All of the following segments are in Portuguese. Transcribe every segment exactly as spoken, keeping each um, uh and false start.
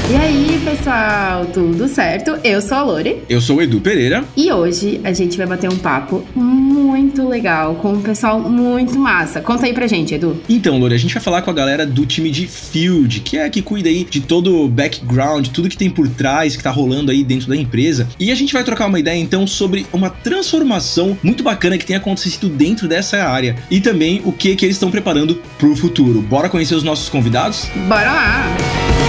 E aí, pessoal, tudo certo? Eu sou a Lore. Eu sou o Edu Pereira. E hoje a gente vai bater um papo muito legal com um pessoal muito massa. Conta aí pra gente, Edu. Então, Lore, a gente vai falar com a galera do time de Field, que é a que cuida aí de todo o background, tudo que tem por trás, que tá rolando aí dentro da empresa. E a gente vai trocar uma ideia, então, sobre uma transformação muito bacana que tem acontecido dentro dessa área. E também o que, que eles estão preparando pro futuro. Bora conhecer os nossos convidados? Bora lá!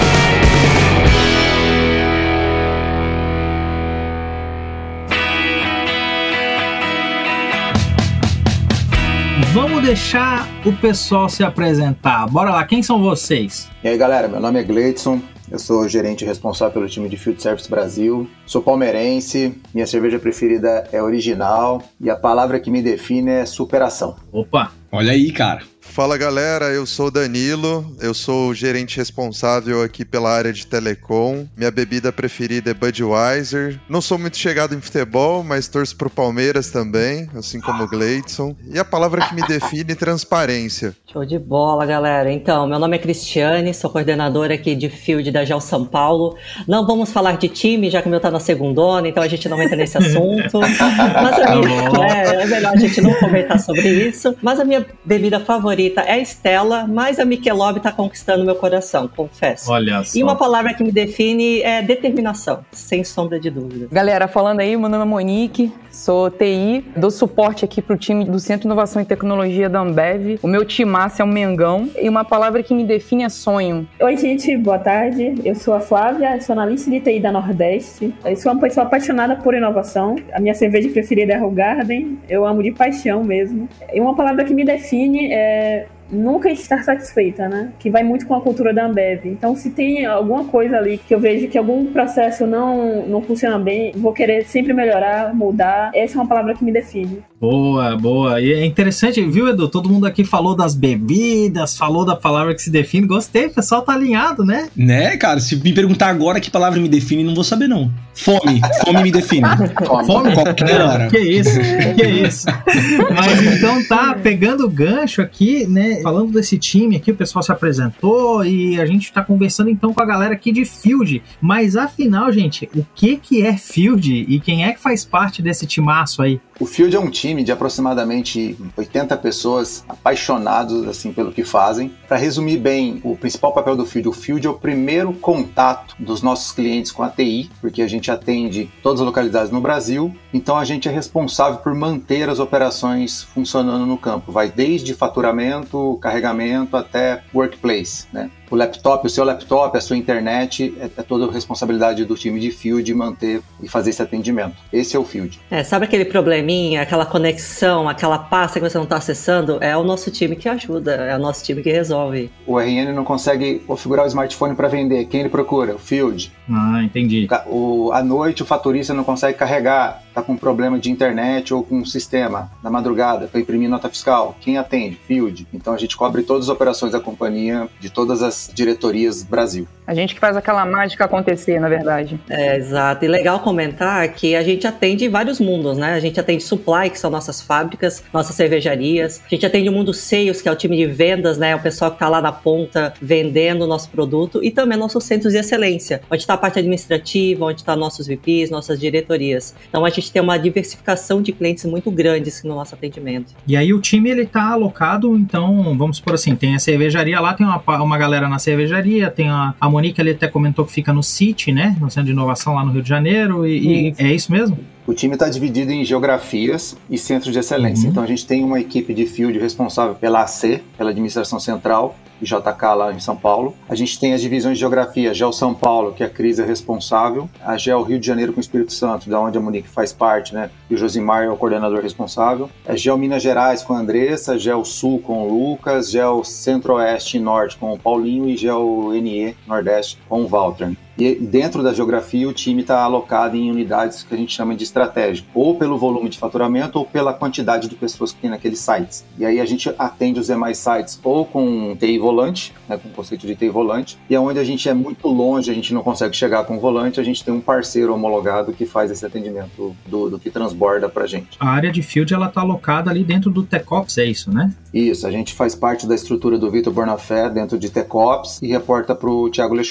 Vamos deixar o pessoal se apresentar. Bora lá, quem são vocês? E aí, galera, meu nome é Gleidson, eu sou gerente responsável pelo time de Field Service Brasil, sou palmeirense, minha cerveja preferida é original e a palavra que me define é superação. Opa! Olha aí, cara. Fala galera, eu sou o Danilo, eu sou o gerente responsável aqui pela área de telecom, minha bebida preferida é Budweiser, não sou muito chegado em futebol, mas torço pro Palmeiras também, assim como o Gleidson, e a palavra que me define é transparência. Show de bola, galera. Então, meu nome é Cristiane, sou coordenadora aqui de Field da Gel São Paulo. Não vamos falar de time, já que o meu tá na segundona, então a gente não entra nesse assunto, mas a minha, é, é melhor a gente não comentar sobre isso, mas a minha bebida favorita é a Stella, mas a Michelob tá conquistando meu coração, confesso. Olha só. E uma palavra que me define é determinação, sem sombra de dúvida. Galera, falando aí, meu nome é Monique, sou T I, dou suporte aqui pro time do Centro de Inovação e Tecnologia da Ambev. O meu timaço é o Mengão e uma palavra que me define é sonho. Oi, gente, boa tarde. Eu sou a Flávia, sou analista de T I da Nordeste. Eu sou uma pessoa apaixonada por inovação. A minha cerveja preferida é Hoegaarden, eu amo de paixão mesmo. E uma palavra que me define é nunca estar satisfeita, né? Que vai muito com a cultura da Ambev. Então, se tem alguma coisa ali que eu vejo que algum processo não, não funciona bem, vou querer sempre melhorar, mudar. Essa é uma palavra que me define. Boa, boa. E é interessante, viu, Edu? Todo mundo aqui falou das bebidas, falou da palavra que se define. Gostei, o pessoal tá alinhado, né? Né, cara? Se me perguntar agora que palavra me define, não vou saber, não. Fome. Fome me define. Fome? Qualquer hora. Que isso, que isso. Mas então tá pegando o gancho aqui, né? Falando desse time aqui, o pessoal se apresentou e a gente tá conversando então com a galera aqui de Field. Mas afinal, gente, o que que é Field e quem é que faz parte desse timaço aí? O Field é um time de aproximadamente oitenta pessoas apaixonados assim, pelo que fazem. Para resumir bem, o principal papel do Field, o Field é o primeiro contato dos nossos clientes com a T I, porque a gente atende todas as localidades no Brasil, então a gente é responsável por manter as operações funcionando no campo. Vai desde faturamento, carregamento até workplace, né? O laptop, o seu laptop, a sua internet, é, é toda a responsabilidade do time de Field manter e fazer esse atendimento. Esse é o Field. É, sabe aquele probleminha, aquela conexão, aquela pasta que você não está acessando? É o nosso time que ajuda, é o nosso time que resolve. O R N não consegue configurar o smartphone para vender. Quem ele procura? O Field. Ah, entendi. O, à noite o faturista não consegue carregar, está com problema de internet ou com um sistema na madrugada para imprimir nota fiscal. Quem atende? Field. Então a gente cobre todas as operações da companhia, de todas as diretorias Brasil. A gente que faz aquela mágica acontecer, na verdade. É, exato. E legal comentar que a gente atende vários mundos, né? A gente atende supply, que são nossas fábricas, nossas cervejarias. A gente atende o mundo sales, que é o time de vendas, né? O pessoal que está lá na ponta vendendo o nosso produto. E também nossos centros de excelência, onde está a parte administrativa, onde está nossos V Ps, nossas diretorias. Então a gente tem uma diversificação de clientes muito grande no nosso atendimento. E aí o time, ele tá alocado, então, vamos supor assim, tem a cervejaria lá, tem uma, uma galera na cervejaria, tem a, a Monique ali até comentou que fica no CIT, né, no Centro de Inovação lá no Rio de Janeiro, e, e é isso mesmo? O time está dividido em geografias e centros de excelência. Uhum. Então a gente tem uma equipe de Field responsável pela A C, pela Administração Central, e J K lá em São Paulo. A gente tem as divisões de geografia, Gel São Paulo, que a Cris é responsável, a Gel Rio de Janeiro com o Espírito Santo, da onde a Monique faz parte, né? E o Josimar é o coordenador responsável. A Gel Minas Gerais com a Andressa, Gel Sul com o Lucas, Gel Centro-Oeste e Norte com o Paulinho e Gel N E Nordeste com o Walter. E dentro da geografia, o time está alocado em unidades que a gente chama de estratégia, ou pelo volume de faturamento ou pela quantidade de pessoas que tem naqueles sites. E aí a gente atende os demais sites ou com T I volante, né, com o conceito de T I volante, e onde a gente é muito longe, a gente não consegue chegar com o volante, a gente tem um parceiro homologado que faz esse atendimento do, do que transborda para a gente. A área de Field está alocada ali dentro do TechOps, é isso, né? Isso, a gente faz parte da estrutura do Vitor Bornafé dentro de TechOps e reporta para o Thiago Lechuga.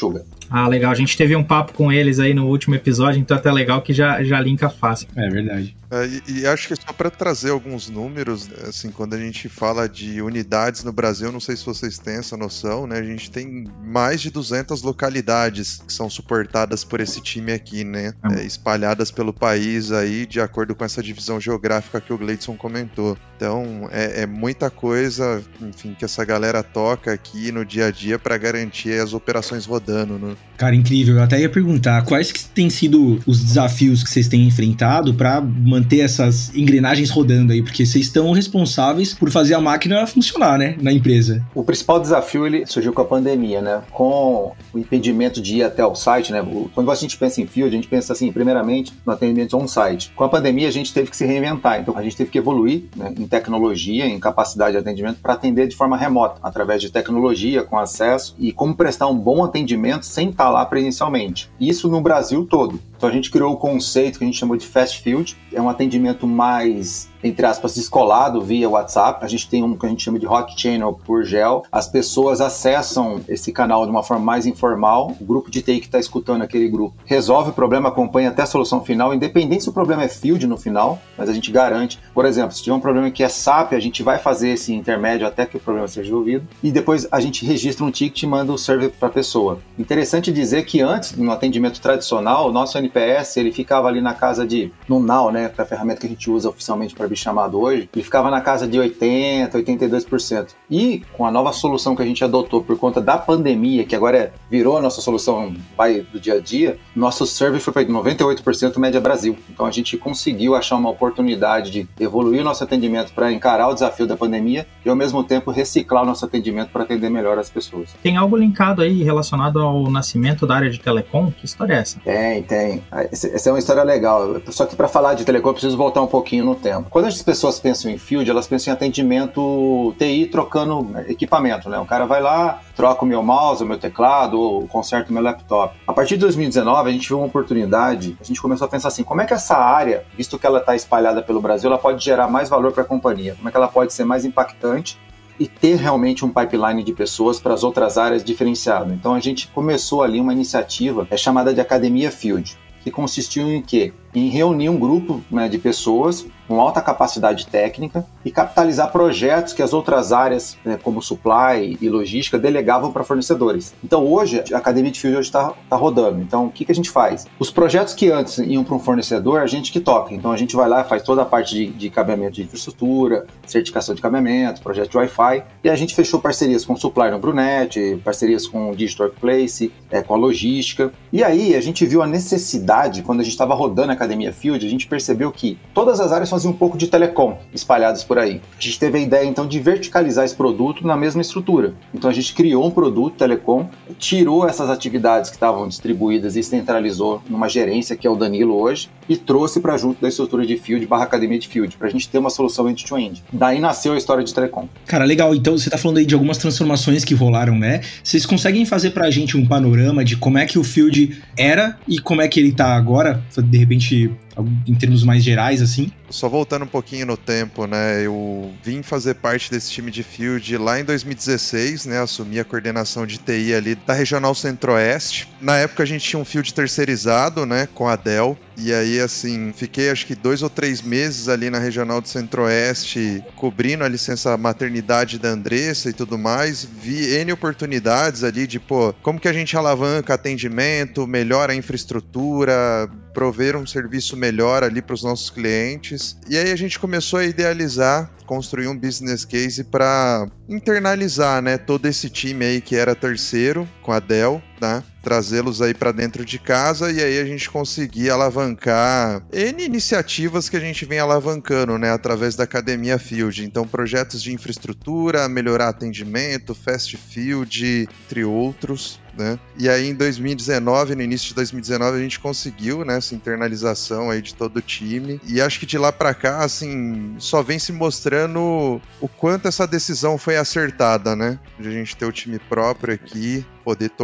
Ah, legal. A gente teve um papo com eles aí no último episódio, então é até legal que já, já linka fácil. É verdade. É, e, e acho que só para trazer alguns números, assim, quando a gente fala de unidades no Brasil, não sei se vocês têm essa noção, né? A gente tem mais de duzentas localidades que são suportadas por esse time aqui, né? É, espalhadas pelo país aí, de acordo com essa divisão geográfica que o Gleidson comentou. Então, é, é muita coisa, enfim, que essa galera toca aqui no dia a dia para garantir as operações rodando, né? Cara, incrível. Eu até ia perguntar, quais que têm sido os desafios que vocês têm enfrentado para manter essas engrenagens rodando aí? Porque vocês estão responsáveis por fazer a máquina funcionar, né, na empresa. O principal desafio, ele surgiu com a pandemia, né? Com o impedimento de ir até o site, né? Quando a gente pensa em field, a gente pensa assim, primeiramente, no atendimento on-site. Com a pandemia, a gente teve que se reinventar. Então, a gente teve que evoluir, né, em tecnologia, em capacidade de atendimento para atender de forma remota, através de tecnologia, com acesso, e como prestar um bom atendimento sem estar lá presencialmente. Isso no Brasil todo. Então a gente criou o conceito que a gente chamou de Fast Field, é um atendimento mais, entre aspas, descolado via WhatsApp. A gente tem um que a gente chama de Hot Channel por gel. As pessoas acessam esse canal de uma forma mais informal. O grupo de T I que está escutando aquele grupo resolve o problema, acompanha até a solução final, independente se o problema é field no final, mas a gente garante. Por exemplo, se tiver um problema que é S A P, a gente vai fazer esse intermédio até que o problema seja resolvido. E depois a gente registra um ticket e manda o server para a pessoa. Interessante dizer que antes, no atendimento tradicional, o nosso N P S ele ficava ali na casa de, no Now, né, que é a ferramenta que a gente usa oficialmente para chamado hoje, ele ficava na casa de oitenta por cento, oitenta e dois por cento. E com a nova solução que a gente adotou por conta da pandemia, que agora é, virou a nossa solução vai do dia a dia, nosso server foi para noventa e oito por cento média Brasil. Então a gente conseguiu achar uma oportunidade de evoluir o nosso atendimento para encarar o desafio da pandemia e ao mesmo tempo reciclar o nosso atendimento para atender melhor as pessoas. Tem algo linkado aí relacionado ao nascimento da área de telecom? Que história é essa? Tem, tem. Essa é uma história legal. Só que para falar de telecom eu preciso voltar um pouquinho no tempo. Quando as pessoas pensam em field, elas pensam em atendimento T I trocando equipamento, né? O cara vai lá, troca o meu mouse, o meu teclado, ou conserta o meu laptop. A partir de dois mil e dezenove, a gente viu uma oportunidade, a gente começou a pensar assim, como é que essa área, visto que ela está espalhada pelo Brasil, ela pode gerar mais valor para a companhia? Como é que ela pode ser mais impactante e ter realmente um pipeline de pessoas para as outras áreas diferenciado? Então a gente começou ali uma iniciativa é chamada de Academia Field, que consistiu em quê? Em reunir um grupo, né, de pessoas com alta capacidade técnica e capitalizar projetos que as outras áreas, né, como supply e logística, delegavam para fornecedores. Então hoje, a Academia de Field está tá rodando. Então o que, que a gente faz? Os projetos que antes iam para um fornecedor, a gente que toca. Então a gente vai lá, faz toda a parte de, de cabeamento de infraestrutura, certificação de cabeamento, projeto de Wi-Fi, e a gente fechou parcerias com o supply no Brunet, parcerias com o Digital Workplace, é, com a logística. E aí a gente viu a necessidade, quando a gente estava rodando a Academia Field, a gente percebeu que todas as áreas faziam um pouco de telecom espalhadas por aí. A gente teve a ideia então de verticalizar esse produto na mesma estrutura. Então a gente criou um produto telecom, tirou essas atividades que estavam distribuídas e centralizou numa gerência que é o Danilo hoje e trouxe para junto da estrutura de Field barra Academia de Field, para a gente ter uma solução end-to-end. Daí nasceu a história de telecom. Cara, legal. Então você está falando aí de algumas transformações que rolaram, né? Vocês conseguem fazer para a gente um panorama de como é que o Field era e como é que ele está agora? De repente, em termos mais gerais, assim? Só voltando um pouquinho no tempo, né, eu vim fazer parte desse time de Field lá em dois mil e dezesseis, né, assumi a coordenação de T I ali da Regional Centro-Oeste. Na época a gente tinha um Field terceirizado, né, com a Dell, e aí, assim, fiquei acho que dois ou três meses ali na Regional do Centro-Oeste, cobrindo a licença maternidade da Andressa e tudo mais, vi N oportunidades ali de, pô, como que a gente alavanca atendimento, melhora a infraestrutura, prover um serviço melhor ali para os nossos clientes. E aí a gente começou a idealizar, construir um business case para internalizar, né, todo esse time aí que era terceiro com a Dell, tá? Trazê-los aí para dentro de casa e aí a gente conseguir alavancar N iniciativas que a gente vem alavancando, né, através da Academia Field. Então, projetos de infraestrutura, melhorar atendimento, Fast Field, entre outros, né? E aí em dois mil e dezenove, no início de dois mil e dezenove, a gente conseguiu, né, essa internalização aí de todo o time. E acho que de lá para cá, assim, só vem se mostrando o quanto essa decisão foi acertada, né? De a gente ter o time próprio aqui, poder tocar toda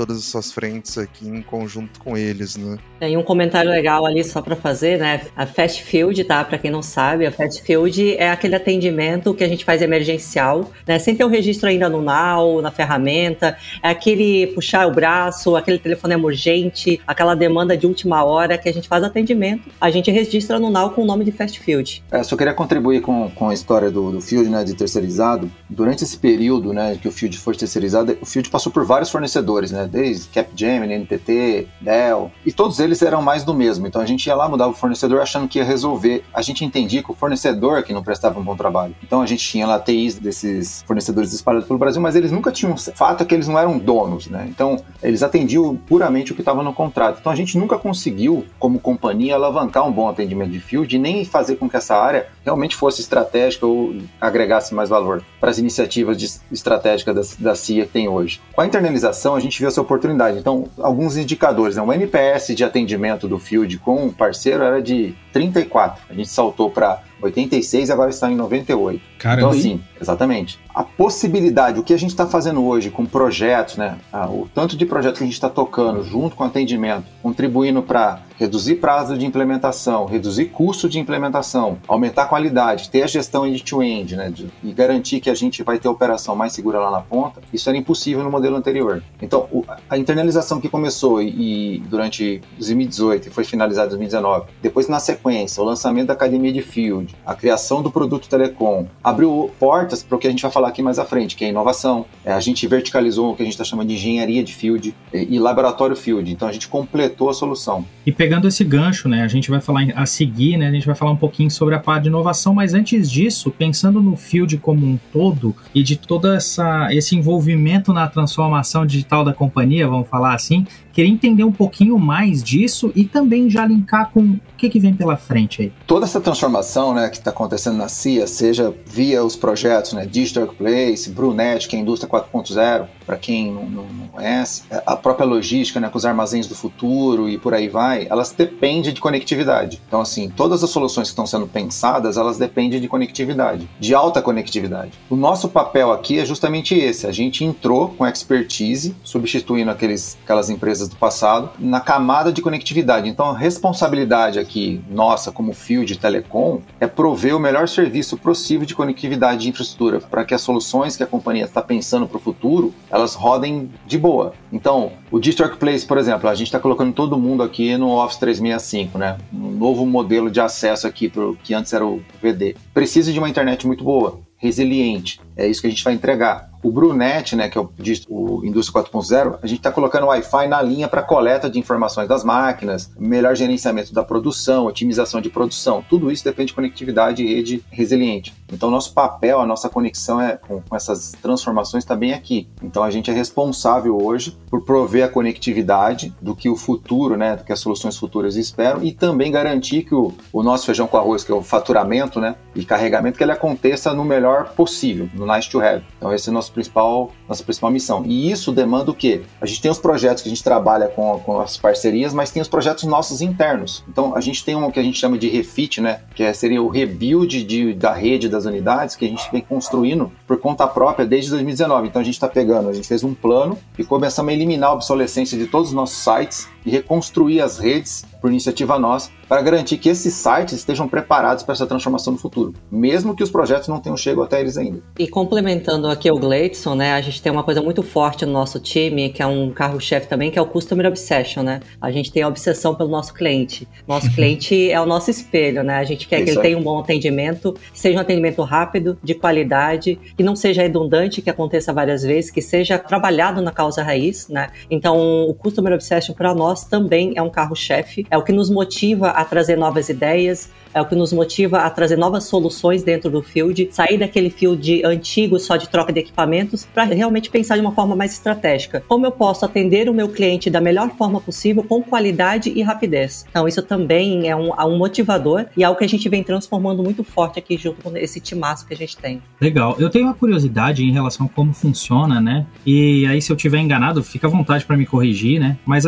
todas as suas frentes aqui em conjunto com eles, né? Tem um comentário legal ali só para fazer, né? A Fast Field, tá? Para quem não sabe, a Fast Field é aquele atendimento que a gente faz emergencial, né? Sem ter o registro ainda no N A U, na ferramenta. É aquele puxar o braço, aquele telefonema urgente, aquela demanda de última hora que a gente faz atendimento. A gente registra no N A U com o nome de Fast Field. É, só queria contribuir com, com a história do, do Field, né? De terceirizado. Durante esse período, né? Que o Field foi terceirizado, o Field passou por vários fornecedores, né? Desde Capgemini, N T T, Dell, e todos eles eram mais do mesmo. Então a gente ia lá, mudava o fornecedor achando que ia resolver. A gente entendia que o fornecedor que não prestava um bom trabalho. Então a gente tinha lá T Is desses fornecedores espalhados pelo Brasil, mas eles nunca tinham... O fato é que eles não eram donos, né? Então eles atendiam puramente o que estava no contrato. Então a gente nunca conseguiu, como companhia, alavancar um bom atendimento de Field e nem fazer com que essa área realmente fosse estratégica ou agregasse mais valor para as iniciativas de, estratégicas da, da C I A que tem hoje. Com a internalização, a gente viu essa oportunidade. Então, alguns indicadores, né? O N P S de atendimento do Field com o parceiro era de trinta e quatro. A gente saltou para oitenta e seis e agora está em noventa e oito. Caramba. Então, assim, exatamente. A possibilidade, o que a gente está fazendo hoje com projetos, né? Ah, o tanto de projetos que a gente está tocando junto com o atendimento, contribuindo para reduzir prazo de implementação, reduzir custo de implementação, aumentar a qualidade, ter a gestão end-to-end, né? De, e garantir que a gente vai ter a operação mais segura lá na ponta, isso era impossível no modelo anterior. Então, o, a internalização que começou e, e durante dois mil e dezoito e foi finalizada em dois mil e dezenove, depois na sequência, o lançamento da Academia de Field, a criação do produto Telecom, abriu portas para o que a gente vai falar aqui mais à frente, que é inovação. É, a gente verticalizou o que a gente está chamando de engenharia de Field e, e laboratório Field. Então a gente completou a solução. E pegando esse gancho, né, a gente vai falar a seguir, né, a gente vai falar um pouquinho sobre a parte de inovação, mas antes disso, pensando no Field como um todo e de todo essa, esse envolvimento na transformação digital da companhia, vamos falar assim, queria entender um pouquinho mais disso e também já linkar com o que, que vem pela frente aí. Toda essa transformação, né, que está acontecendo na C I A, seja via os projetos, né, Digital Workplace, Brunet, que é a indústria quatro ponto zero, para quem não, não, não conhece, a própria logística, né, com os armazéns do futuro e por aí vai, elas dependem de conectividade. Então, assim, todas as soluções que estão sendo pensadas, elas dependem de conectividade, de alta conectividade. O nosso papel aqui é justamente esse, a gente entrou com expertise, substituindo aqueles, aquelas empresas do passado, na camada de conectividade. Então, a responsabilidade aqui, nossa, como Field Telecom, é prover o melhor serviço possível de conectividade de infraestrutura, para que as soluções que a companhia está pensando para o futuro, elas rodem de boa. Então, o Digital Workplace, por exemplo, a gente está colocando todo mundo aqui no Office trezentos e sessenta e cinco, né? Um novo modelo de acesso aqui, pro, que antes era o V D. Precisa de uma internet muito boa, resiliente. É isso que a gente vai entregar. O Brunet, né, que é o, o Indústria quatro ponto zero, a gente está colocando o Wi-Fi na linha para coleta de informações das máquinas, melhor gerenciamento da produção, otimização de produção. Tudo isso depende de conectividade e rede resiliente. Então, nosso papel, a nossa conexão é, com, com essas transformações está bem aqui. Então, a gente é responsável hoje por prover a conectividade do que o futuro, né, do que as soluções futuras esperam e também garantir que o, o nosso feijão com arroz, que é o faturamento, né, e carregamento, que ele aconteça no melhor possível, no nice to have. Então, esse é o nosso principal, nossa principal missão. E isso demanda o quê? A gente tem os projetos que a gente trabalha com, com as parcerias, mas tem os projetos nossos internos. Então, a gente tem um que a gente chama de refit, né? Que é, seria o rebuild de, da rede das unidades que a gente vem construindo por conta própria desde dois mil e dezenove. Então, a gente está pegando, a gente fez um plano e começamos a eliminar a obsolescência de todos os nossos sites e reconstruir as redes por iniciativa nossa, para garantir que esses sites estejam preparados para essa transformação no futuro, mesmo que os projetos não tenham chegado até eles ainda. E complementando aqui o Gleidson, né, a gente tem uma coisa muito forte no nosso time, que é um carro-chefe também, que é o Customer Obsession, né? A gente tem a obsessão pelo nosso cliente. Nosso cliente é o nosso espelho, né? A gente quer Isso que ele aí. tenha um bom atendimento, que seja um atendimento rápido, de qualidade, que não seja redundante, que aconteça várias vezes, que seja trabalhado na causa raiz, né? Então, o Customer Obsession para nós também é um carro-chefe, é o que nos motiva a trazer novas ideias, é o que nos motiva a trazer novas soluções dentro do Field, sair daquele Field antigo só de troca de equipamentos para realmente pensar de uma forma mais estratégica. Como eu posso atender o meu cliente da melhor forma possível, com qualidade e rapidez. Então isso também é um, um motivador e é algo que a gente vem transformando muito forte aqui junto com esse timaço que a gente tem. Legal. Eu tenho uma curiosidade em relação a como funciona, né? E aí se eu tiver enganado, fica à vontade para me corrigir, né? Mas assim,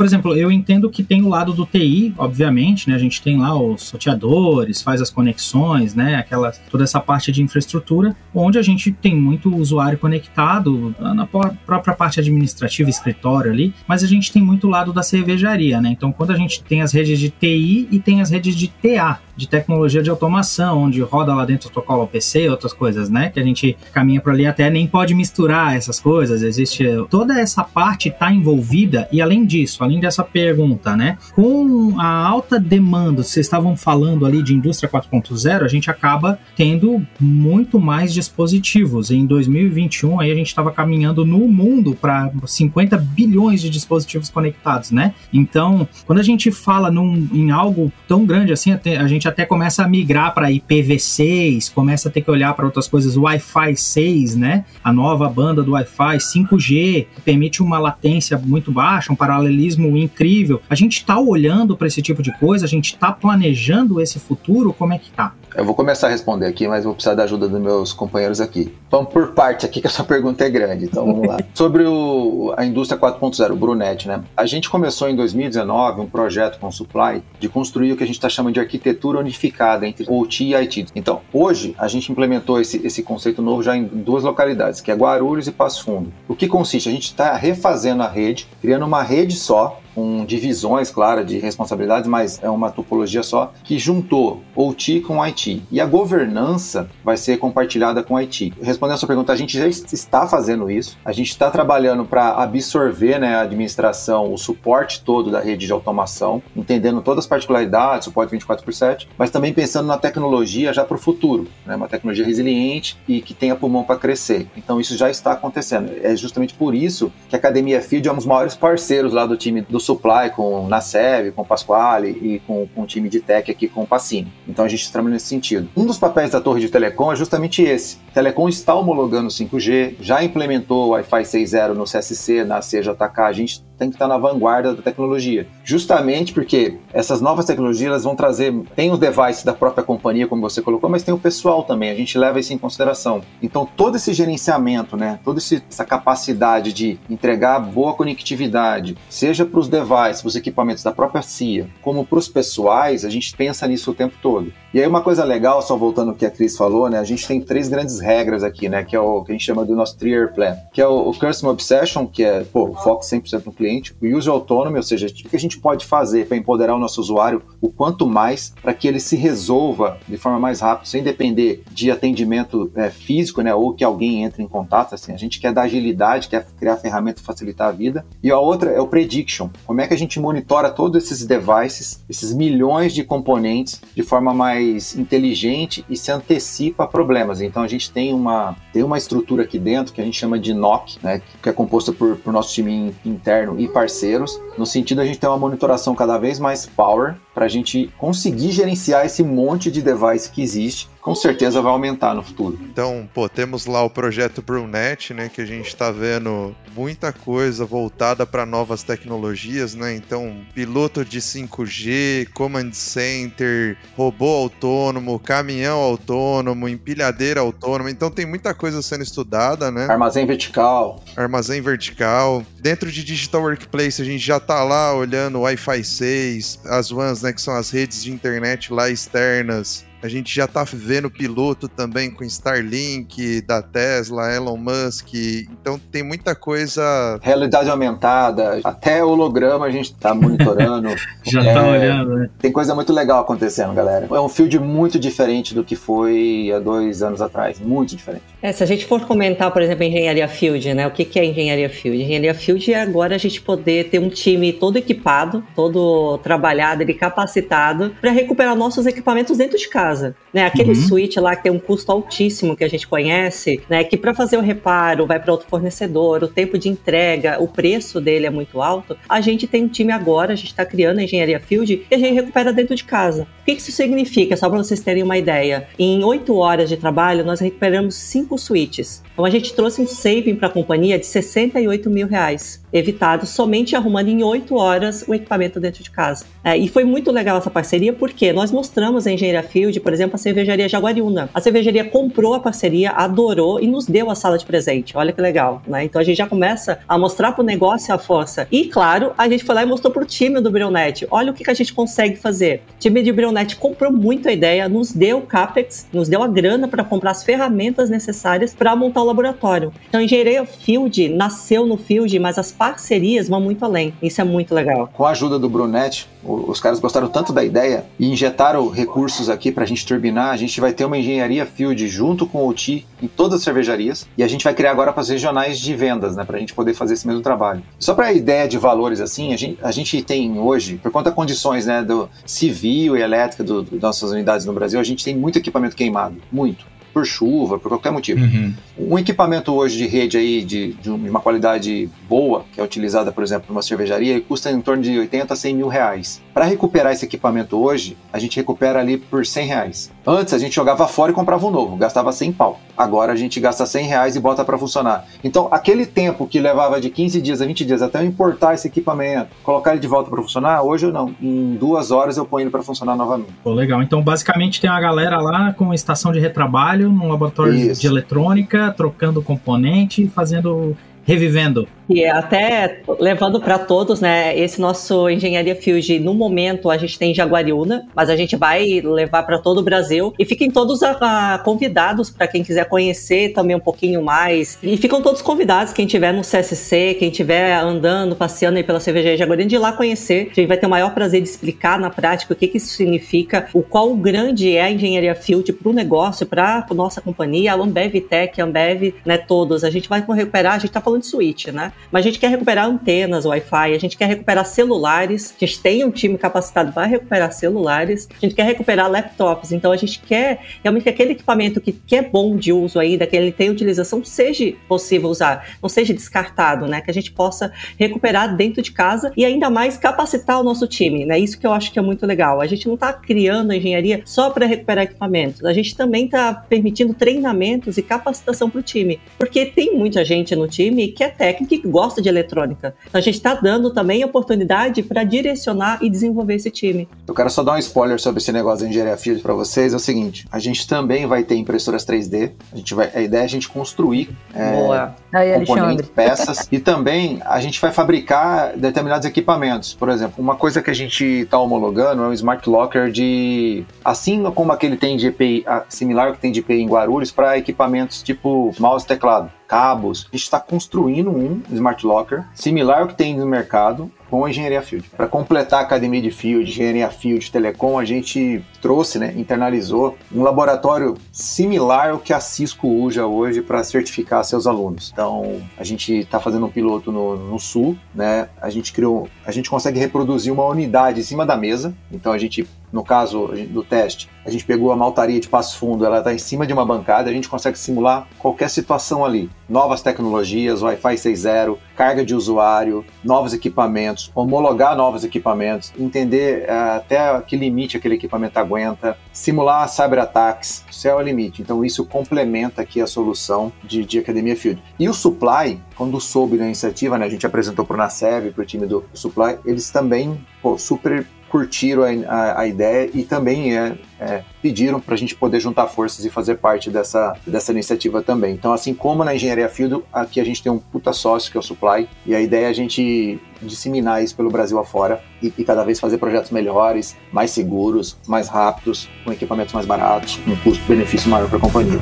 por exemplo, eu entendo que tem o lado do T I, obviamente, né? A gente tem lá os sorteadores, faz as conexões, né? Aquela, toda essa parte de infraestrutura, onde a gente tem muito usuário conectado na própria parte administrativa, escritório ali, mas a gente tem muito o lado da cervejaria, né? Então, quando a gente tem as redes de T I e tem as redes de T A, de tecnologia de automação, onde roda lá dentro o protocolo O P C e outras coisas, né? Que a gente caminha por ali, até nem pode misturar essas coisas, existe... Toda essa parte está envolvida, e além disso, além dessa pergunta, né? Com a alta demanda, vocês estavam falando ali de indústria quatro ponto zero, a gente acaba tendo muito mais dispositivos. Em dois mil e vinte e um, aí a gente estava caminhando no mundo para cinquenta bilhões de dispositivos conectados, né? Então, quando a gente fala num, em algo tão grande assim, a gente até começa a migrar para I P v seis, começa a ter que olhar para outras coisas, Wi-Fi seis, né? A nova banda do Wi-Fi, cinco G, que permite uma latência muito baixa, um paralelismo incrível. A gente está olhando para esse tipo de coisa, a gente está planejando esse futuro, como é que tá? Eu vou começar a responder aqui, mas vou precisar da ajuda dos meus companheiros aqui. Vamos por parte aqui, que essa pergunta é grande, então vamos lá. Sobre o, a indústria quatro ponto zero, o Brunet, né? A gente começou em dois mil e dezenove um projeto com o Supply de construir o que a gente está chamando de arquitetura unificada entre O T e I T. Então, hoje, a gente implementou esse, esse conceito novo já em duas localidades, que é Guarulhos e Passo Fundo. O que consiste? A gente está refazendo a rede, criando uma rede só, com divisões, claro, de responsabilidades, mas é uma topologia só, que juntou O T com I T. E a governança vai ser compartilhada com I T. Respondendo a sua pergunta, a gente já está fazendo isso. A gente está trabalhando para absorver, né, a administração, o suporte todo da rede de automação, entendendo todas as particularidades, suporte vinte e quatro por sete, mas também pensando na tecnologia já para o futuro, né, uma tecnologia resiliente e que tenha pulmão para crescer. Então isso já está acontecendo. É justamente por isso que a Academia Field é um dos maiores parceiros lá do time do Supply, com o Nacev, com o Pasquale e com, com o time de tech aqui com o Pacini. Então a gente trabalha nesse sentido. Um dos papéis da torre de telecom é justamente esse. A Telecom está homologando cinco G, já implementou o Wi-Fi seis ponto zero no C S C, na C J K, a gente tem que estar na vanguarda da tecnologia. Justamente porque essas novas tecnologias elas vão trazer, tem os devices da própria companhia, como você colocou, mas tem o pessoal também, a gente leva isso em consideração. Então todo esse gerenciamento, né, toda essa capacidade de entregar boa conectividade, seja para os devices, para os equipamentos da própria C I A, como para os pessoais, a gente pensa nisso o tempo todo. E aí uma coisa legal, só voltando ao que a Cris falou, né, a gente tem três grandes regras aqui, né, que é o que a gente chama do nosso three-year plan, que é o, o Customer Obsession, que é, pô, o foco cem por cento no cliente, o User Autonomy, ou seja, o que a gente pode fazer para empoderar o nosso usuário o quanto mais para que ele se resolva de forma mais rápida, sem depender de atendimento é, físico, né, ou que alguém entre em contato, assim, a gente quer dar agilidade, quer criar ferramenta e facilitar a vida. E a outra é o Prediction, como é que a gente monitora todos esses devices, esses milhões de componentes de forma mais inteligente e se antecipa a problemas. Então a gente tem uma, tem uma estrutura aqui dentro que a gente chama de N O C, né, que é composta por, por nosso time interno e parceiros, no sentido de a gente ter uma monitoração cada vez mais power para a gente conseguir gerenciar esse monte de device que existe, com certeza vai aumentar no futuro. Então, pô, temos lá o projeto Brunet, né, que a gente está vendo muita coisa voltada para novas tecnologias, né, então piloto de cinco G, command center, robô autônomo, caminhão autônomo, empilhadeira autônoma, então tem muita coisa sendo estudada, né. Armazém vertical. Armazém vertical. Dentro de Digital Workplace a gente já tá lá olhando o Wi-Fi seis, as W A Ns, né, que são as redes de internet lá externas. A gente já tá vendo piloto também com Starlink, da Tesla, Elon Musk, então tem muita coisa... Realidade aumentada, até holograma a gente tá monitorando. já é, tá olhando, né? Tem coisa muito legal acontecendo, galera. É um field muito diferente do que foi há dois anos atrás, muito diferente. É, se a gente for comentar, por exemplo, engenharia field, né? O que, que é engenharia field? Engenharia field é agora a gente poder ter um time todo equipado, todo trabalhado e capacitado para recuperar nossos equipamentos dentro de casa. Né, aquele uhum. switch lá que tem um custo altíssimo que a gente conhece, né, que para fazer o reparo vai para outro fornecedor, o tempo de entrega, o preço dele é muito alto, a gente tem um time agora, a gente está criando a engenharia field e a gente recupera dentro de casa. O que isso significa? Só para vocês terem uma ideia, em oito horas de trabalho nós recuperamos cinco switches. Então a gente trouxe um saving para a companhia de sessenta e oito mil reais, evitado somente arrumando em oito horas o equipamento dentro de casa. É, e foi muito legal essa parceria porque nós mostramos a engenharia field por exemplo, a cervejaria Jaguariúna. A cervejaria comprou a parceria, adorou e nos deu a sala de presente. Olha que legal, né? Então a gente já começa a mostrar pro negócio a força. E, claro, a gente foi lá e mostrou pro time do Brionet. Olha o que, que a gente consegue fazer. O time de Brionet comprou muito a ideia, nos deu o CAPEX, nos deu a grana para comprar as ferramentas necessárias para montar o laboratório. Então a engenharia Field nasceu no Field, mas as parcerias vão muito além. Isso é muito legal. Com a ajuda do Brunet, os caras gostaram tanto da ideia e injetaram recursos aqui para a gente turbinar. A gente vai ter uma engenharia Field junto com o O T em todas as cervejarias e a gente vai criar agora para as regionais de vendas, né, para a gente poder fazer esse mesmo trabalho. Só para a ideia de valores assim, a gente, a gente tem hoje, por conta das condições, né, do civil e elétrica do, do, das nossas unidades no Brasil, a gente tem muito equipamento queimado, muito. Por chuva, por qualquer motivo. Uhum. Um equipamento hoje de rede aí de, de uma qualidade boa, que é utilizada, por exemplo, numa cervejaria, custa em torno de oitenta a cem mil reais. Para recuperar esse equipamento hoje, a gente recupera ali por cem reais. Antes a gente jogava fora e comprava um novo, gastava cem pau. Agora a gente gasta cem reais e bota para funcionar. Então aquele tempo que levava de quinze dias a vinte dias até eu importar esse equipamento, colocar ele de volta para funcionar, hoje eu não. Em duas horas eu ponho ele para funcionar novamente. Pô, legal. Então basicamente tem uma galera lá com estação de retrabalho, num laboratório Isso. de eletrônica, trocando componente, fazendo, revivendo. E até levando para todos, né, esse nosso Engenharia Field, no momento a gente tem em Jaguariúna, mas a gente vai levar para todo o Brasil e fiquem todos a, a, convidados para quem quiser conhecer também um pouquinho mais. E ficam todos convidados, quem tiver no C S C, quem tiver andando, passeando aí pela cervejaria Jaguariúna, de ir lá conhecer. A gente vai ter o maior prazer de explicar na prática o que, que isso significa, o qual grande é a Engenharia Field para o negócio, para a nossa companhia, a Ambev Tech, a Ambev, né, todos. A gente vai recuperar, a gente está falando de switch, né? Mas a gente quer recuperar antenas Wi-Fi, a gente quer recuperar celulares, a gente tem um time capacitado para recuperar celulares, a gente quer recuperar laptops, então a gente quer realmente que aquele equipamento que, que é bom de uso ainda, que ele tem utilização, seja possível usar, não seja descartado, né? Que a gente possa recuperar dentro de casa e ainda mais capacitar o nosso time, né? Isso que eu acho que é muito legal. A gente não está criando a engenharia só para recuperar equipamentos, a gente também está permitindo treinamentos e capacitação para o time, porque tem muita gente no time que é técnica e gosta de eletrônica. Então a gente está dando também oportunidade para direcionar e desenvolver esse time. Eu quero só dar um spoiler sobre esse negócio da engenharia Field para vocês. É o seguinte, a gente também vai ter impressoras três D. A, gente vai, a ideia é a gente construir Boa. É, Aí, componentes, peças. E também a gente vai fabricar determinados equipamentos. Por exemplo, uma coisa que a gente está homologando é um Smart Locker de... Assim como aquele tem de E P I, similar ao que tem de E P I em Guarulhos, para equipamentos tipo mouse e teclado, cabos. A gente está construindo um Smart Locker similar ao que tem no mercado com a engenharia Field. Para completar a academia de Field, engenharia Field, Telecom, a gente trouxe, né, internalizou um laboratório similar ao que a Cisco usa hoje para certificar seus alunos. Então, a gente está fazendo um piloto no, no Sul, né? A gente criou, a gente consegue reproduzir uma unidade em cima da mesa. Então, a gente, no caso do teste, a gente pegou a maltaria de Passo Fundo, ela está em cima de uma bancada, a gente consegue simular qualquer situação ali. Novas tecnologias, Wi-Fi seis ponto zero, carga de usuário, novos equipamentos, homologar novos equipamentos, entender uh, até que limite aquele equipamento aguenta, simular cyberataques, isso é o limite. Então isso complementa aqui a solução de, de Academia Field. E o Supply, quando soube da iniciativa, né, a gente apresentou para o Nacev, para o time do Supply, eles também, pô, super curtiram a, a, a ideia e também é, é, pediram para a gente poder juntar forças e fazer parte dessa, dessa iniciativa também. Então, assim como na Engenharia Field, aqui a gente tem um puta sócio que é o Supply, e a ideia é a gente disseminar isso pelo Brasil afora e, e cada vez fazer projetos melhores, mais seguros, mais rápidos, com equipamentos mais baratos, com um custo-benefício maior para a companhia.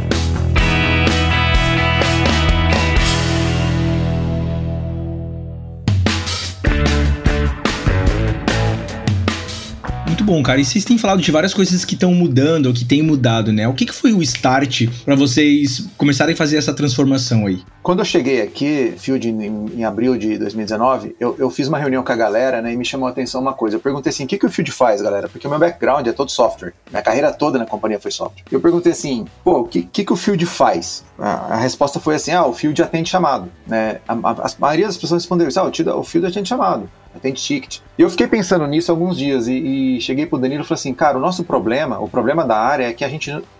Muito bom, cara. E vocês têm falado de várias coisas que estão mudando, ou que têm mudado, né? O que, que foi o start para vocês começarem a fazer essa transformação aí? Quando eu cheguei aqui, Field, em, em abril de dois mil e dezenove, eu, eu fiz uma reunião com a galera, né, e me chamou a atenção uma coisa. Eu perguntei assim, o que, que o Field faz, galera? Porque o meu background é todo software. Minha carreira toda na companhia foi software. Eu perguntei assim, pô, o que, que, que o Field faz? A, a resposta foi assim, ah, o Field atende chamado. Né? A, a, a maioria das pessoas responderam isso, ah, o, o Field atende chamado. Atende ticket. E eu fiquei pensando nisso alguns dias e, e cheguei pro Danilo e falei assim, cara, o nosso problema, o problema da área é que a gente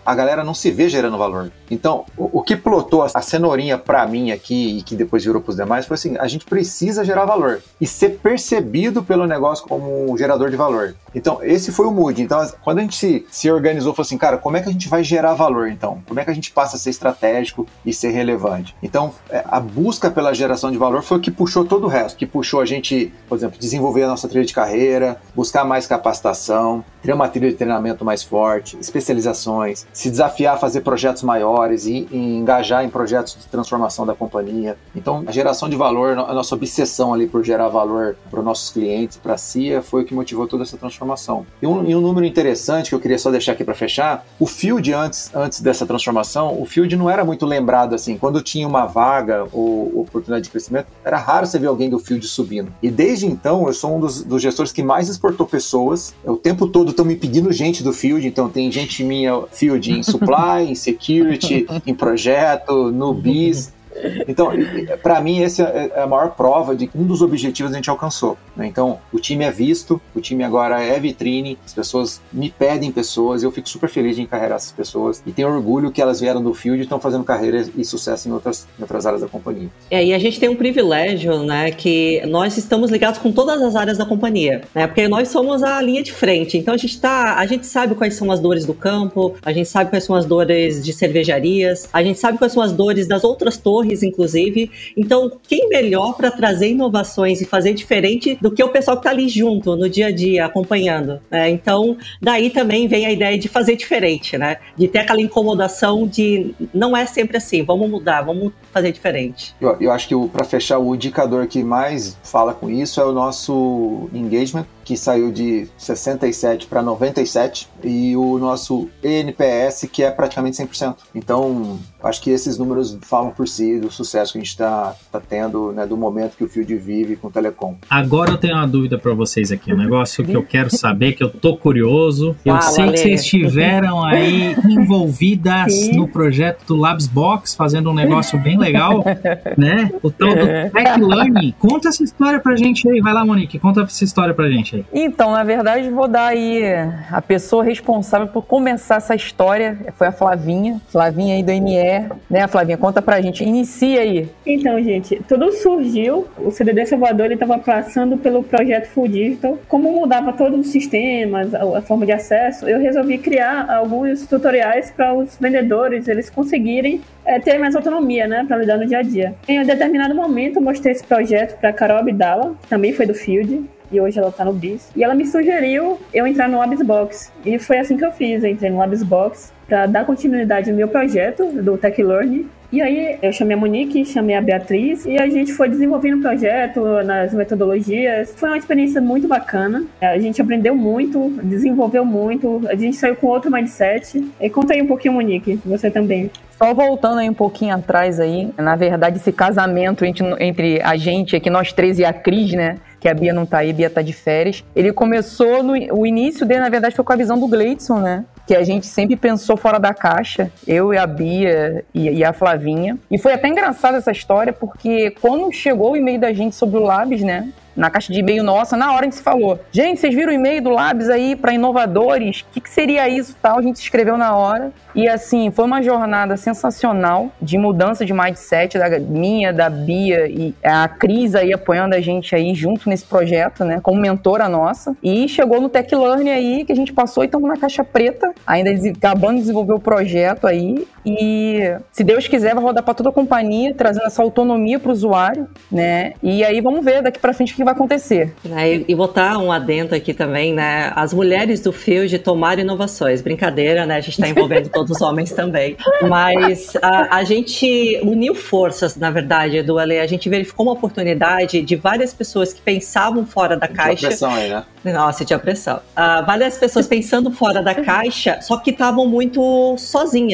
a galera não se vê gerando valor. Então, o, o que plotou a cenourinha pra mim aqui e que depois virou pros demais foi assim, a gente precisa gerar valor e ser percebido pelo negócio como um gerador de valor. Então, esse foi o mood. Então, quando a gente se, se organizou, falou assim, cara, como é que a gente vai gerar valor, então? Como é que a gente passa a ser estratégico e ser relevante? Então, a busca pela geração de valor foi o que puxou todo o resto, que puxou a gente, por exemplo, desenvolver a nossa trilha de carreira, buscar mais capacitação, ter uma trilha de treinamento mais forte, especializações, se desafiar a fazer projetos maiores e, e engajar em projetos de transformação da companhia. Então, a geração de valor, a nossa obsessão ali por gerar valor para os nossos clientes, para a C I A, foi o que motivou toda essa transformação. E um, e um número interessante que eu queria só deixar aqui para fechar, o Field antes, antes dessa transformação, o Field não era muito lembrado assim, quando tinha uma vaga ou oportunidade de crescimento, era raro você ver alguém do Field subindo. E desde então, eu sou um dos, dos gestores que mais exportou pessoas, o tempo todo estão me pedindo gente do Field, então tem gente minha Field em Supply, em Security, em Projeto, no B I S. Então, para mim, essa é a maior prova de que um dos objetivos a gente alcançou, né? Então, o time é visto, o time agora é vitrine, as pessoas me pedem pessoas, eu fico super feliz de encarregar essas pessoas e tenho orgulho que elas vieram do Field e estão fazendo carreira e sucesso em outras, em outras áreas da companhia. É, e a gente tem um privilégio, né, que nós estamos ligados com todas as áreas da companhia, né, porque nós somos a linha de frente, então a gente, tá, a gente sabe quais são as dores do campo, a gente sabe quais são as dores de cervejarias, a gente sabe quais são as dores das outras torres, inclusive. Então, quem melhor para trazer inovações e fazer diferente do que o pessoal que está ali junto, no dia a dia, acompanhando, né? Então, daí também vem a ideia de fazer diferente, né? De ter aquela incomodação de não é sempre assim, vamos mudar, vamos fazer diferente. Eu, eu acho que para fechar, o indicador que mais fala com isso é o nosso engagement, que saiu de sessenta e sete para noventa e sete, e o nosso E N P S, que é praticamente cem por cento. Então, acho que esses números falam por si do sucesso que a gente está tá tendo, né, do momento que o Field vive com o Telecom. Agora eu tenho uma dúvida para vocês aqui, um negócio que eu quero saber, que eu tô curioso. Eu ah, sei valeu. que vocês estiveram aí envolvidas Sim. no projeto do Labs Box, fazendo um negócio bem legal, né? O tal do Tech Learning. Conta essa história pra gente aí. Vai lá, Monique, conta essa história pra gente aí. Então, na verdade, vou dar aí a pessoa responsável por começar essa história, foi a Flavinha, Flavinha aí do N E, né, Flavinha? Conta pra gente, inicia aí. Então, gente, tudo surgiu, o C D D Salvador, ele estava passando pelo projeto Full Digital, como mudava todos os sistemas, a, a forma de acesso, eu resolvi criar alguns tutoriais para os vendedores, eles conseguirem é, ter mais autonomia, né, para lidar no dia a dia. Em um determinado momento, eu mostrei esse projeto para a Carol Abdala, que também foi do Field, e hoje ela tá no B I S. E ela me sugeriu eu entrar no LabsBox. E foi assim que eu fiz. Eu entrei no LabsBox para dar continuidade no meu projeto do Tech Learning. E aí eu chamei a Monique, chamei a Beatriz e a gente foi desenvolvendo o projeto nas metodologias. Foi uma experiência muito bacana. A gente aprendeu muito, desenvolveu muito. A gente saiu com outro mindset. E conta aí um pouquinho, Monique, você também. Só voltando aí um pouquinho atrás aí, na verdade esse casamento entre, entre a gente aqui, nós três e a Cris, né? Que a Bia não tá aí, a Bia tá de férias. Ele começou, no, o início dele, na verdade, foi com a visão do Gleidson, né? Que a gente sempre pensou fora da caixa, eu e a Bia e, e a Flavinha. E foi até engraçada essa história, porque quando chegou o e-mail da gente sobre o Labs, né? Na caixa de e-mail nossa, na hora a gente se falou, gente, vocês viram o e-mail do Labs aí para inovadores? O que, que seria isso? Tal? A gente escreveu na hora. E assim, foi uma jornada sensacional de mudança de mindset da minha, da Bia e a Cris aí apoiando a gente aí junto nesse projeto, né? Como mentora nossa. E chegou no Tech Learning aí, que a gente passou e estamos na caixa preta, ainda acabando de desenvolver o projeto aí. E se Deus quiser, vai rodar para toda a companhia, trazendo essa autonomia para o usuário, né? E aí vamos ver daqui para frente o que vai acontecer. É, e botar um adendo aqui também, né? As mulheres do Field tomaram inovações. Brincadeira, né? A gente está envolvendo todos os homens também. Mas a, a gente uniu forças, na verdade, Edu, Ale. A gente verificou uma oportunidade de várias pessoas que pensavam fora da caixa. Tinha pressão aí, né? Nossa, tinha pressão. Uh, várias pessoas pensando fora da caixa, só que estavam muito sozinhas.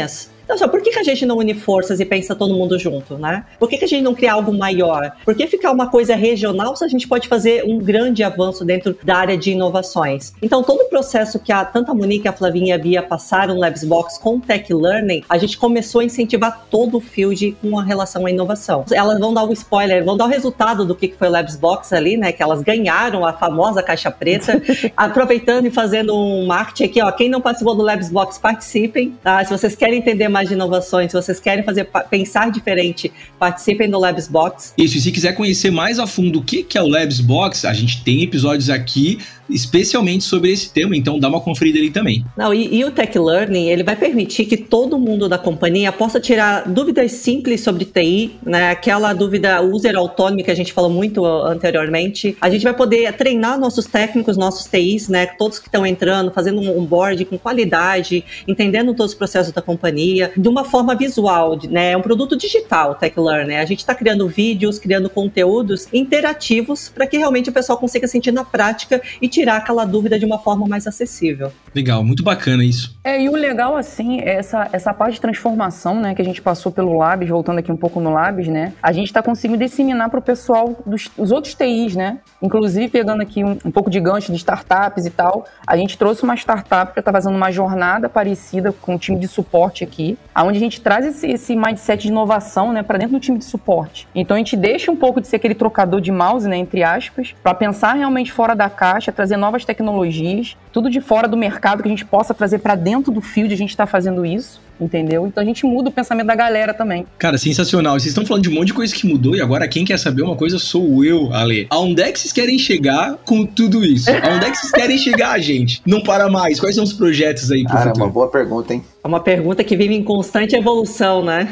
Então, só por que, que a gente não une forças e pensa todo mundo junto, né? Por que, que a gente não cria algo maior? Por que ficar uma coisa regional se a gente pode fazer um grande avanço dentro da área de inovações? Então, todo o processo que a, tanto a Monique, a Flavinha e a Bia passaram no LabsBox com Tech Learning, a gente começou a incentivar todo o field com a relação à inovação. Elas vão dar o spoiler, vão dar o resultado do que foi o LabsBox ali, né? Que elas ganharam a famosa caixa preta, aproveitando e fazendo um marketing aqui, ó. Quem não participou do LabsBox, participem, tá? Se vocês querem entender mais de inovações, se vocês querem fazer, pensar diferente, participem do LabsBox. Isso, e se quiser conhecer mais a fundo o que é o LabsBox, a gente tem episódios aqui especialmente sobre esse tema, então dá uma conferida ali também. Não, e, e o Tech Learning, ele vai permitir que todo mundo da companhia possa tirar dúvidas simples sobre T I, né? Aquela dúvida user autônomo que a gente falou muito anteriormente. A gente vai poder treinar nossos técnicos, nossos T Is, né? Todos que estão entrando, fazendo um onboard com qualidade, entendendo todos os processos da companhia, de uma forma visual, né? É um produto digital, o Tech Learning. A gente está criando vídeos, criando conteúdos interativos para que realmente o pessoal consiga sentir na prática e tirar aquela dúvida de uma forma mais acessível. Legal, muito bacana isso. É, e o legal, assim, é essa, essa parte de transformação, né, que a gente passou pelo Labs, voltando aqui um pouco no Labs, né, a gente está conseguindo disseminar para o pessoal dos, dos outros T Is, né, inclusive pegando aqui um, um pouco de gancho de startups e tal, a gente trouxe uma startup para estar tá fazendo uma jornada parecida com o time de suporte aqui, onde a gente traz esse, esse mindset de inovação, né, para dentro do time de suporte. Então a gente deixa um pouco de ser aquele trocador de mouse, né, entre aspas, para pensar realmente fora da caixa, trazer novas tecnologias, tudo de fora do mercado que a gente possa trazer para dentro do field, a gente está fazendo isso, entendeu? Então a gente muda o pensamento da galera também. Cara, sensacional. Vocês estão falando de um monte de coisa que mudou e agora quem quer saber uma coisa sou eu, Ale. Aonde é que vocês querem chegar com tudo isso? Aonde é que vocês querem chegar, gente? Não para mais. Quais são os projetos aí pro Cara, futuro? É uma boa pergunta, hein? É uma pergunta que vive em constante evolução, né?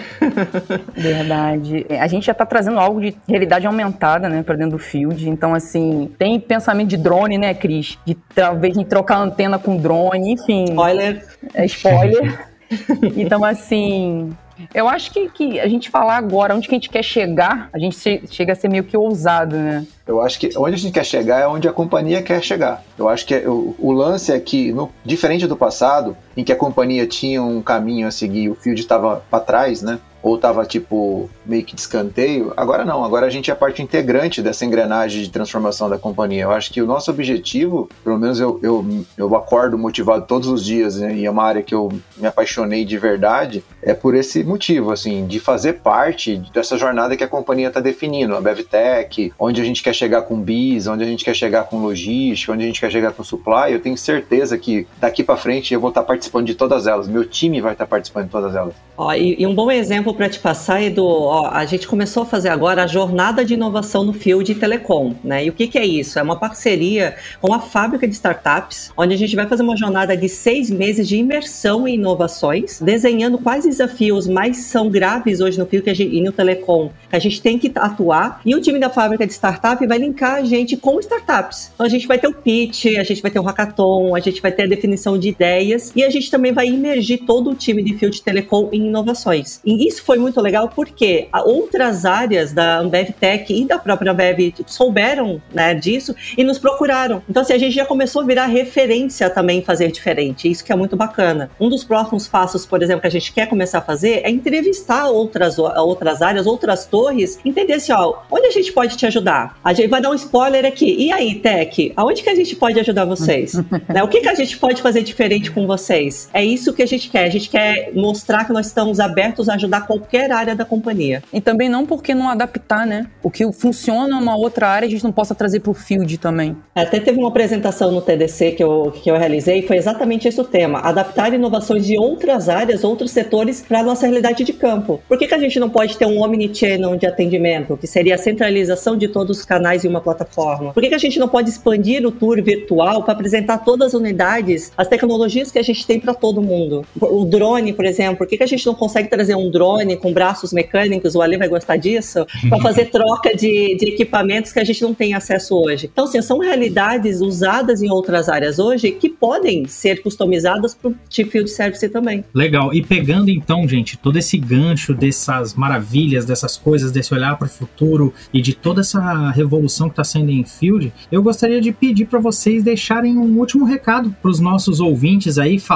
Verdade. A gente já tá trazendo algo de realidade aumentada, né, pra dentro do field. Então, assim, tem pensamento de drone, né, Cris? De talvez trocar antena com drone, enfim. Spoiler. É spoiler. Então, assim... Eu acho que, que a gente falar agora onde que a gente quer chegar, a gente che- chega a ser meio que ousado, né? Eu acho que onde a gente quer chegar é onde a companhia quer chegar. Eu acho que é, o, o lance é que, no, diferente do passado, em que a companhia tinha um caminho a seguir e o field estava para trás, né? Ou estava tipo meio que de escanteio, agora não, agora a gente é parte integrante dessa engrenagem de transformação da companhia. Eu acho que o nosso objetivo, pelo menos eu, eu, eu acordo motivado todos os dias, né, e é uma área que eu me apaixonei de verdade, é por esse motivo, assim, de fazer parte dessa jornada que a companhia está definindo, a BevTech, onde a gente quer chegar com Biz, onde a gente quer chegar com logística, onde a gente quer chegar com supply. Eu tenho certeza que daqui para frente eu vou estar participando de todas elas, meu time vai estar participando de todas elas. Ó, e, e um bom exemplo para te passar, Edu, ó, a gente começou a fazer agora a jornada de inovação no field telecom, né? E o que, que é isso? É uma parceria com a fábrica de startups, onde a gente vai fazer uma jornada de seis meses de imersão em inovações, desenhando quais desafios mais são graves hoje no field e no telecom, que a gente tem que atuar, e o time da fábrica de startup vai linkar a gente com startups. Então a gente vai ter o pitch, a gente vai ter o hackathon, a gente vai ter a definição de ideias, e a gente também vai imergir todo o time de field telecom em inovações. E isso foi muito legal porque outras áreas da Ambev Tech e da própria Ambev souberam, né, disso e nos procuraram. Então, assim, a gente já começou a virar referência também em fazer diferente. Isso que é muito bacana. Um dos próximos passos, por exemplo, que a gente quer começar a fazer é entrevistar outras, outras áreas, outras torres, entender assim, ó, onde a gente pode te ajudar? A gente vai dar um spoiler aqui. E aí, Tech? Aonde que a gente pode ajudar vocês? Né? O que que a gente pode fazer diferente com vocês? É isso que a gente quer. A gente quer mostrar que nós estamos abertos a ajudar qualquer área da companhia. E também não porque não adaptar, né? O que funciona numa outra área, a gente não possa trazer para o field também. Até teve uma apresentação no T D C que eu, que eu realizei, foi exatamente esse o tema. Adaptar inovações de outras áreas, outros setores para a nossa realidade de campo. Por que que a gente não pode ter um omnichannel de atendimento, que seria a centralização de todos os canais em uma plataforma? Por que que a gente não pode expandir o tour virtual para apresentar todas as unidades, as tecnologias que a gente tem para todo mundo? O drone, por exemplo, por que que a gente não consegue trazer um drone com braços mecânicos, o Ale vai gostar disso, para fazer troca de, de equipamentos que a gente não tem acesso hoje? Então, assim, são realidades usadas em outras áreas hoje que podem ser customizadas para o field service também. Legal. E pegando então, gente, todo esse gancho dessas maravilhas, dessas coisas, desse olhar para o futuro e de toda essa revolução que está sendo em field, eu gostaria de pedir para vocês deixarem um último recado para os nossos ouvintes aí, falar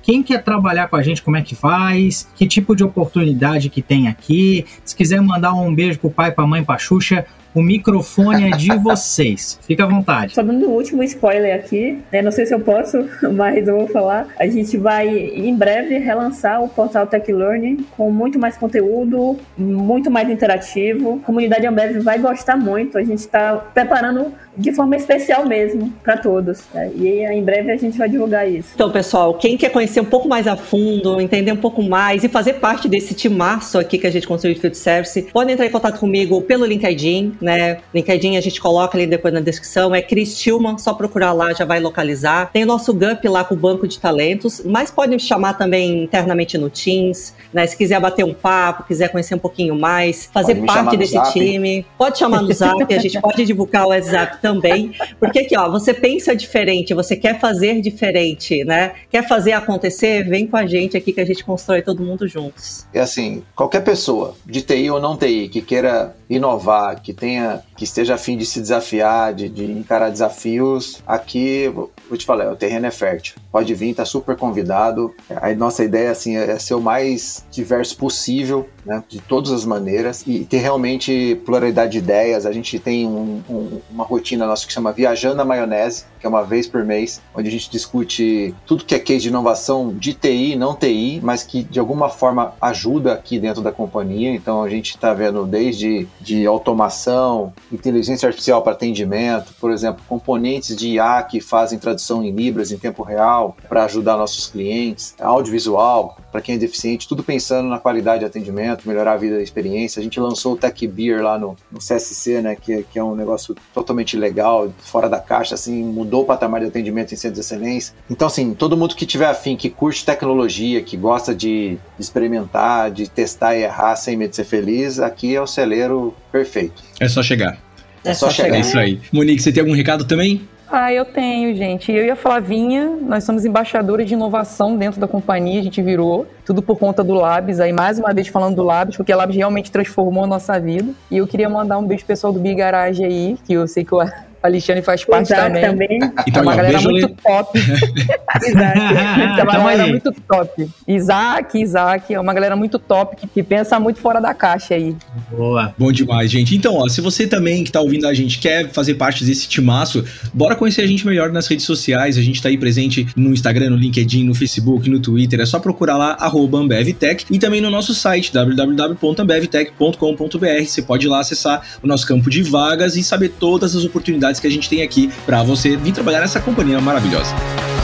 quem quer trabalhar com a gente, como é que faz, que tipo de oportunidade que tem aqui. Se quiser mandar um beijo pro pai, pra mãe, pra Xuxa, o microfone é de vocês. Fica à vontade. Só dando um último spoiler aqui, né? Não sei se eu posso, mas eu vou falar. A gente vai, em breve, relançar o portal Tech Learning com muito mais conteúdo, muito mais interativo. A comunidade Ambev vai gostar muito. A gente está preparando de forma especial mesmo para todos. Né? E em breve a gente vai divulgar isso. Então, pessoal, quem quer conhecer um pouco mais a fundo, entender um pouco mais e fazer parte desse timaço aqui que a gente construiu de Field Service, pode entrar em contato comigo pelo LinkedIn, né? LinkedIn a gente coloca ali depois na descrição, é Chris Tillman, só procurar lá, já vai localizar. Tem o nosso G U P lá com o banco de talentos, mas pode me chamar também internamente no Teams, né? Se quiser bater um papo, quiser conhecer um pouquinho mais, fazer parte desse Zap. time, pode chamar no Zap, a gente pode divulgar o WhatsApp também, porque aqui, ó, você pensa diferente, você quer fazer diferente, né? Quer fazer acontecer, vem com a gente aqui que a gente constrói todo mundo juntos. É assim, qualquer pessoa, de T I ou não T I, que queira inovar, que tenha, que esteja a fim de se desafiar, de, de encarar desafios, aqui, vou te falar, o terreno é fértil. Pode vir, tá super convidado. A nossa ideia, assim, é ser o mais diverso possível, né, de todas as maneiras, e ter realmente pluralidade de ideias. A gente tem um, um, uma rotina nossa que chama Viajando na Maionese, que é uma vez por mês, onde a gente discute tudo que é case de inovação de T I, não T I, mas que de alguma forma ajuda aqui dentro da companhia. Então a gente está vendo desde de automação, inteligência artificial para atendimento, por exemplo, componentes de I A que fazem tradução em Libras em tempo real para ajudar nossos clientes, audiovisual para quem é deficiente, tudo pensando na qualidade de atendimento, melhorar a vida e a experiência. A gente lançou o Tech Beer lá no, no C S C, né, que, que é um negócio totalmente legal, fora da caixa, assim, mudou o patamar de atendimento em centros de excelência. Então, assim, todo mundo que tiver afim, que curte tecnologia, que gosta de experimentar, de testar e errar sem medo de ser feliz, aqui é o celeiro perfeito. É só chegar. É, é só, só chegar. É isso aí. Monique, você tem algum recado também? Ah, eu tenho, gente. Eu e a Flavinha, nós somos embaixadores de inovação dentro da companhia, a gente virou, tudo por conta do Labs, aí mais uma vez falando do Labs, porque a Labs realmente transformou a nossa vida. E eu queria mandar um beijo pro pessoal do Big Garage aí, que eu sei que o Alexandre faz parte também. também. Então, é uma galera muito top. Isaac. É uma galera muito top. Isaac, Isaac, é uma galera muito top que, que pensa muito fora da caixa aí. Boa. Bom demais, gente. Então, ó, se você também que tá ouvindo a gente quer fazer parte desse timaço, bora conhecer a gente melhor nas redes sociais. A gente tá aí presente no Instagram, no LinkedIn, no Facebook, no Twitter. É só procurar lá, arroba AmbevTech, e também no nosso site, w w w ponto ambevtech ponto com ponto b r. Você pode ir lá acessar o nosso campo de vagas e saber todas as oportunidades que a gente tem aqui para você vir trabalhar nessa companhia maravilhosa.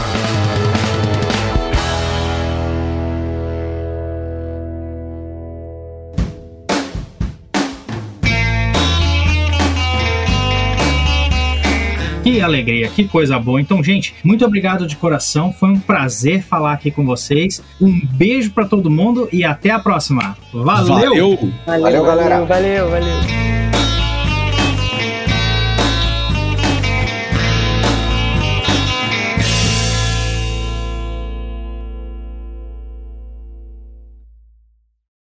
Que alegria, que coisa boa. Então, gente, muito obrigado de coração. Foi um prazer falar aqui com vocês. Um beijo para todo mundo e até a próxima. Valeu! Valeu, valeu, valeu galera! Valeu, valeu!